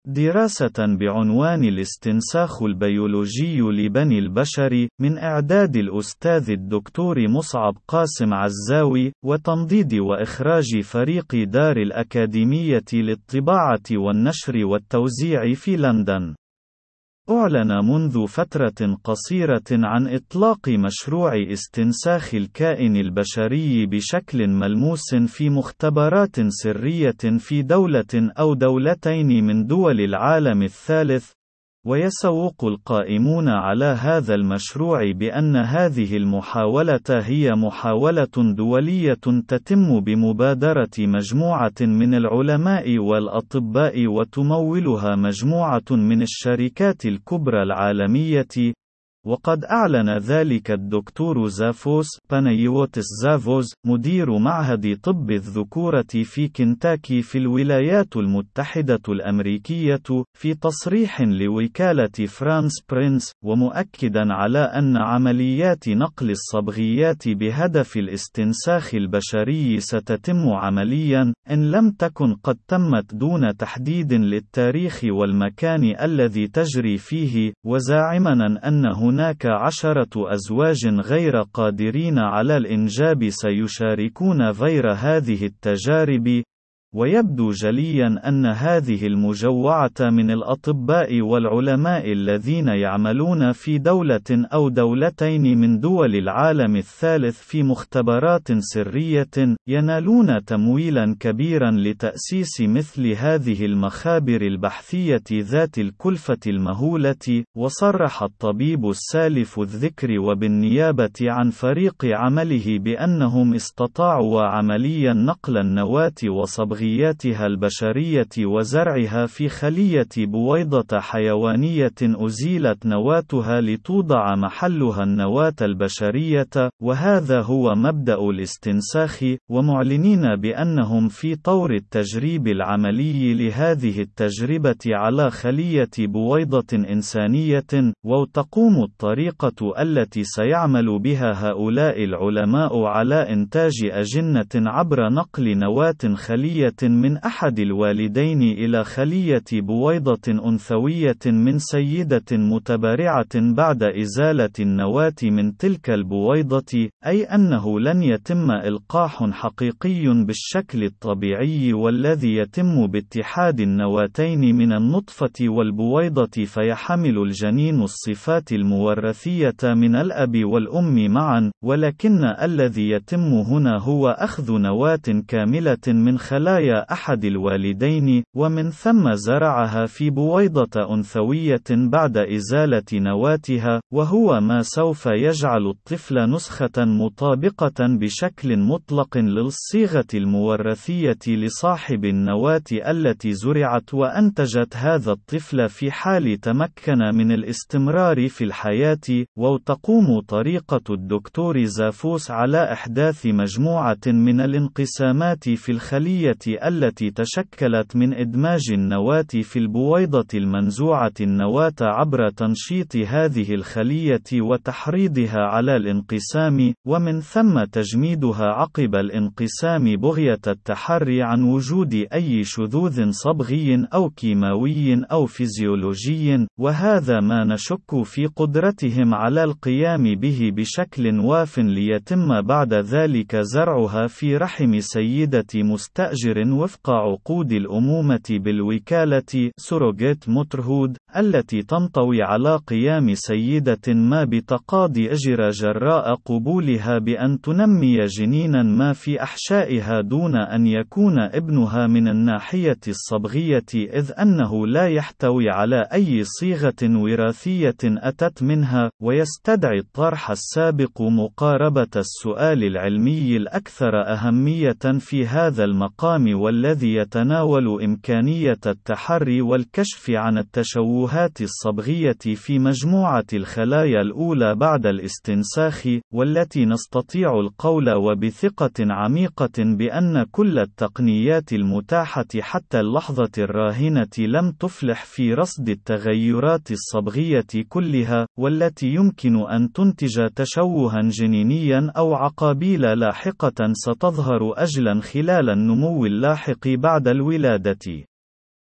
دراسة بعنوان الاستنساخ البيولوجي لبني البشر، من إعداد الأستاذ الدكتور مصعب قاسم عزاوي، وتنضيد وإخراج فريق دار الأكاديمية للطباعة والنشر والتوزيع في لندن. أعلن منذ فترة قصيرة عن إطلاق مشروع استنساخ الكائن البشري بشكل ملموس في مختبرات سرية في دولة أو دولتين من دول العالم الثالث، ويسوق القائمون على هذا المشروع بأن هذه المحاولة هي محاولة دولية تتم بمبادرة مجموعة من العلماء والأطباء وتمولها مجموعة من الشركات الكبرى العالمية. وقد أعلن ذلك الدكتور زافوس بانايوتس زافوس، مدير معهد طب الذكورة في كنتاكي في الولايات المتحدة الأمريكية، في تصريح لوكالة فرانس برينس، ومؤكدا على أن عمليات نقل الصبغيات بهدف الاستنساخ البشري ستتم عمليا، إن لم تكن قد تمت دون تحديد للتاريخ والمكان الذي تجري فيه، وزاعما أن هناك 10 أزواج غير قادرين على الإنجاب سيشاركون غير هذه التجارب. ويبدو جليا أن هذه المجوعة من الأطباء والعلماء الذين يعملون في دولة أو دولتين من دول العالم الثالث في مختبرات سرية، ينالون تمويلا كبيرا لتأسيس مثل هذه المخابر البحثية ذات الكلفة المهولة. وصرح الطبيب السالف الذكر وبالنيابة عن فريق عمله بأنهم استطاعوا عمليا نقل النواة وصبغياتها البشرية وزرعها في خلية بويضة حيوانية أزيلت نواتها لتوضع محلها النواة البشرية، وهذا هو مبدأ الاستنساخ، ومعلنين بأنهم في طور التجريب العملي لهذه التجربة على خلية بويضة إنسانية. وتقوم الطريقة التي سيعمل بها هؤلاء العلماء على إنتاج أجنة عبر نقل نواة خلية من أحد الوالدين إلى خلية بويضة أنثوية من سيدة متبرعة بعد إزالة النواة من تلك البويضة، أي أنه لن يتم إلقاح حقيقي بالشكل الطبيعي والذي يتم باتحاد النواتين من النطفة والبويضة فيحمل الجنين الصفات المورثية من الأب والأم معا، ولكن الذي يتم هنا هو أخذ نواة كاملة من خلايا أحد الوالدين، ومن ثم زرعها في بويضة أنثوية بعد إزالة نواتها، وهو ما سوف يجعل الطفل نسخة مطابقة بشكل مطلق للصيغة المورثية لصاحب النواة التي زرعت وأنتجت هذا الطفل في حال تمكن من الاستمرار في الحياة. وتقوم طريقة الدكتور زافوس على إحداث مجموعة من الانقسامات في الخلية التي تشكلت من إدماج النواة في البويضة المنزوعة النواة عبر تنشيط هذه الخلية وتحريضها على الانقسام، ومن ثم تجميدها عقب الانقسام بغية التحري عن وجود أي شذوذ صبغي أو كيماوي أو فيزيولوجي، وهذا ما نشك في قدرتهم على القيام به بشكل واف، ليتم بعد ذلك زرعها في رحم سيدة مستأجر وفق عقود الأمومة بالوكالة سوروجيت موترهود، التي تنطوي على قيام سيدة ما بتقاضي أجر جراء قبولها بأن تنمي جنينا ما في أحشائها دون أن يكون ابنها من الناحية الصبغية، إذ أنه لا يحتوي على أي صيغة وراثية أتت منها. ويستدعي الطرح السابق مقاربة السؤال العلمي الأكثر أهمية في هذا المقام، والذي يتناول إمكانية التحري والكشف عن التشوهات الصبغية في مجموعة الخلايا الأولى بعد الاستنساخ، والتي نستطيع القول وبثقة عميقة بأن كل التقنيات المتاحة حتى اللحظة الراهنة لم تفلح في رصد التغيرات الصبغية كلها، والتي يمكن أن تنتج تشوها جنينيا أو عقابيل لاحقة ستظهر أجلا خلال النمو اللاحق بعد الولادة.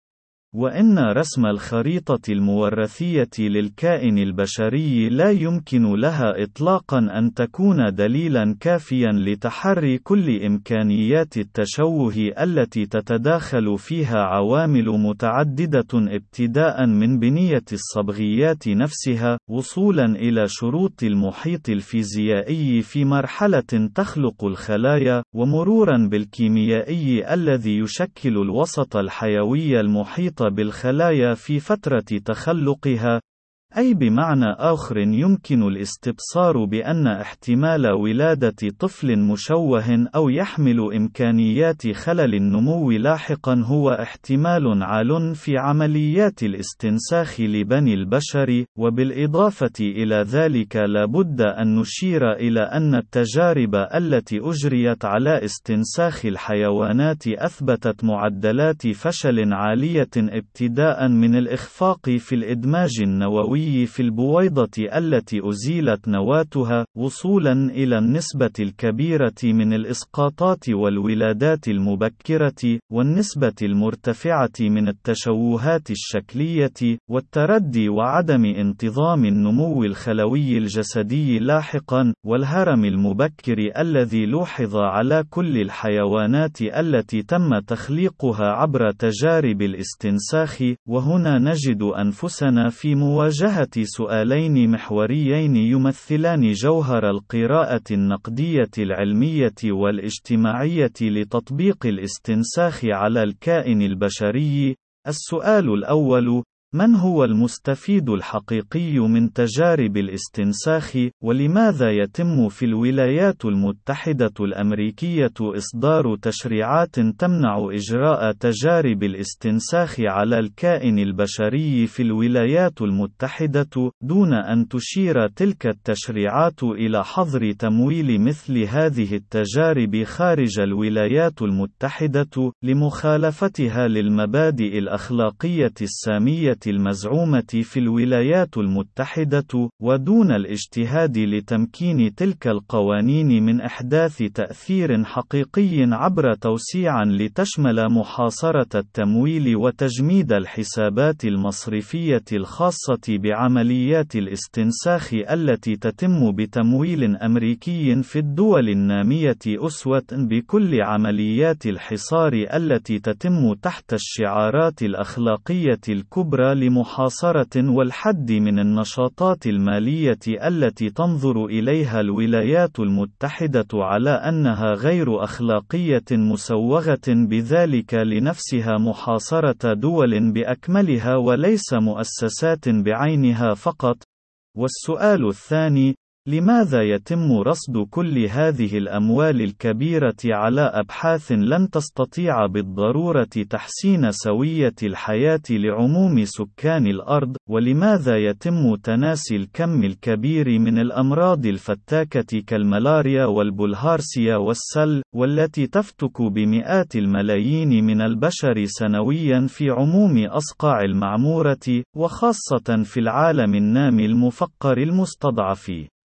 وإن رسم الخريطة المورثية للكائن البشري لا يمكن لها إطلاقًا أن تكون دليلًا كافيًا لتحري كل إمكانيات التشوه التي تتداخل فيها عوامل متعددة ابتداءً من بنية الصبغيات نفسها، وصولًا إلى شروط المحيط الفيزيائي في مرحلة تخلق الخلايا، ومرورًا بالكيميائي الذي يشكل الوسط الحيوي المحيط بالخلايا في فترة تخلقها. أي بمعنى آخر يمكن الاستبصار بأن احتمال ولادة طفل مشوه أو يحمل إمكانيات خلل النمو لاحقا هو احتمال عال في عمليات الاستنساخ لبني البشر. وبالإضافة إلى ذلك لا بد أن نشير إلى أن التجارب التي أجريت على استنساخ الحيوانات أثبتت معدلات فشل عالية ابتداء من الإخفاق في الإدماج النووي في البويضة التي أزيلت نواتها، وصولا إلى النسبة الكبيرة من الإسقاطات والولادات المبكرة، والنسبة المرتفعة من التشوهات الشكلية، والتردي وعدم انتظام النمو الخلوي الجسدي لاحقا، والهرم المبكر الذي لوحظ على كل الحيوانات التي تم تخليقها عبر تجارب الاستنساخ. وهنا نجد أنفسنا في مواجهة سؤالين محوريين يمثلان جوهر القراءة النقدية العلمية والاجتماعية لتطبيق الاستنساخ على الكائن البشري. السؤال الأول: من هو المستفيد الحقيقي من تجارب الاستنساخ، ولماذا يتم في الولايات المتحدة الأمريكية إصدار تشريعات تمنع إجراء تجارب الاستنساخ على الكائن البشري في الولايات المتحدة، دون أن تشير تلك التشريعات إلى حظر تمويل مثل هذه التجارب خارج الولايات المتحدة، لمخالفتها للمبادئ الأخلاقية السامية المزعومة في الولايات المتحدة، ودون الاجتهاد لتمكين تلك القوانين من إحداث تأثير حقيقي عبر توسيع لتشمل محاصرة التمويل وتجميد الحسابات المصرفية الخاصة بعمليات الاستنساخ التي تتم بتمويل أمريكي في الدول النامية، أسوة بكل عمليات الحصار التي تتم تحت الشعارات الأخلاقية الكبرى لمحاصرة والحد من النشاطات المالية التي تنظر إليها الولايات المتحدة على أنها غير أخلاقية مسوغة بذلك لنفسها، محاصرة دول بأكملها وليس مؤسسات بعينها فقط. والسؤال الثاني: لماذا يتم رصد كل هذه الأموال الكبيرة على أبحاث لن تستطيع بالضرورة تحسين سوية الحياة لعموم سكان الأرض؟ ولماذا يتم تناسي الكم الكبير من الأمراض الفتاكة كالملاريا والبلهارسيا والسل، والتي تفتك بمئات الملايين من البشر سنويا في عموم أصقاع المعمورة، وخاصة في العالم النامي المفقر المستضعف؟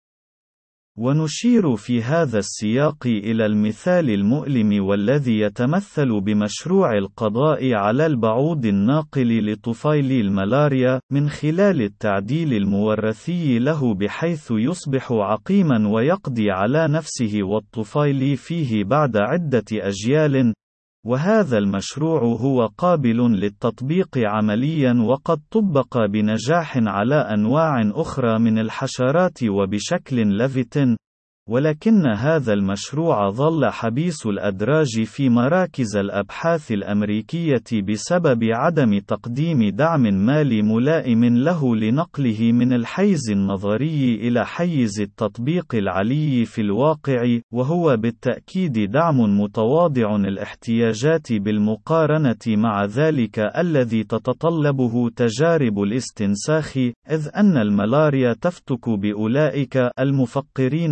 ونشير في هذا السياق إلى المثال المؤلم والذي يتمثل بمشروع القضاء على البعوض الناقل لطفيل الملاريا، من خلال التعديل المورثي له بحيث يصبح عقيما ويقضي على نفسه والطفيل فيه بعد عدة أجيال. وهذا المشروع هو قابل للتطبيق عمليا وقد طبق بنجاح على أنواع أخرى من الحشرات وبشكل لافت، ولكن هذا المشروع ظل حبيس الأدراج في مراكز الأبحاث الأمريكية بسبب عدم تقديم دعم مالي ملائم له لنقله من الحيز النظري إلى حيز التطبيق العلي في الواقع، وهو بالتأكيد دعم متواضع الاحتياجات بالمقارنة مع ذلك الذي تتطلبه تجارب الاستنساخ، إذ أن الملاريا تفتك بأولئك المفقرين في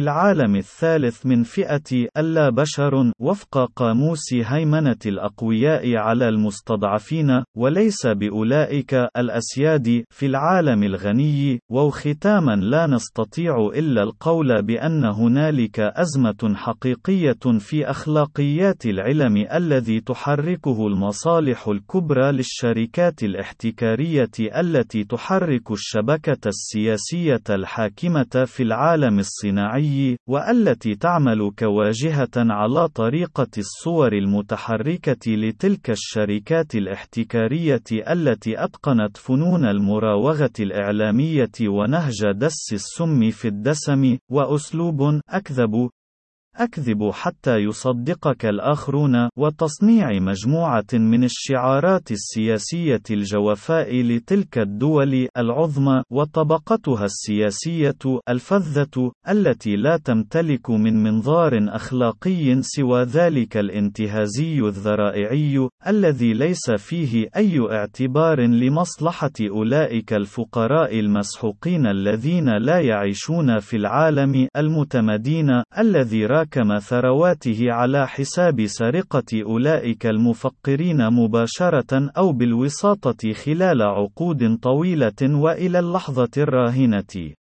العالم الثالث من فئة اللا بشر وفق قاموس هيمنة الأقوياء على المستضعفين، وليس بأولئك الأسياد في العالم الغني. وختاما، لا نستطيع إلا القول بأن هنالك أزمة حقيقية في أخلاقيات العلم الذي تحركه المصالح الكبرى للشركات الاحتكارية التي تحرك الشبكة السياسية الحاكمة في العالم الصناعي، والتي تعمل كواجهة على طريقة الصور المتحركة لتلك الشركات الاحتكارية التي أتقنت فنون المراوغة الإعلامية ونهج دس السم في الدسم، وأسلوب أكذب حتى يصدقك الآخرون، وتصنيع مجموعة من الشعارات السياسية الجوفاء لتلك الدول العظمى وطبقتها السياسية الفذة التي لا تمتلك من منظار أخلاقي سوى ذلك الانتهازي الذرائعي الذي ليس فيه أي اعتبار لمصلحة أولئك الفقراء المسحوقين الذين لا يعيشون في العالم المتمدين الذي راكم ثرواته على حساب سرقة أولئك المفقرين مباشرة أو بالوساطة خلال عقود طويلة وإلى اللحظة الراهنة.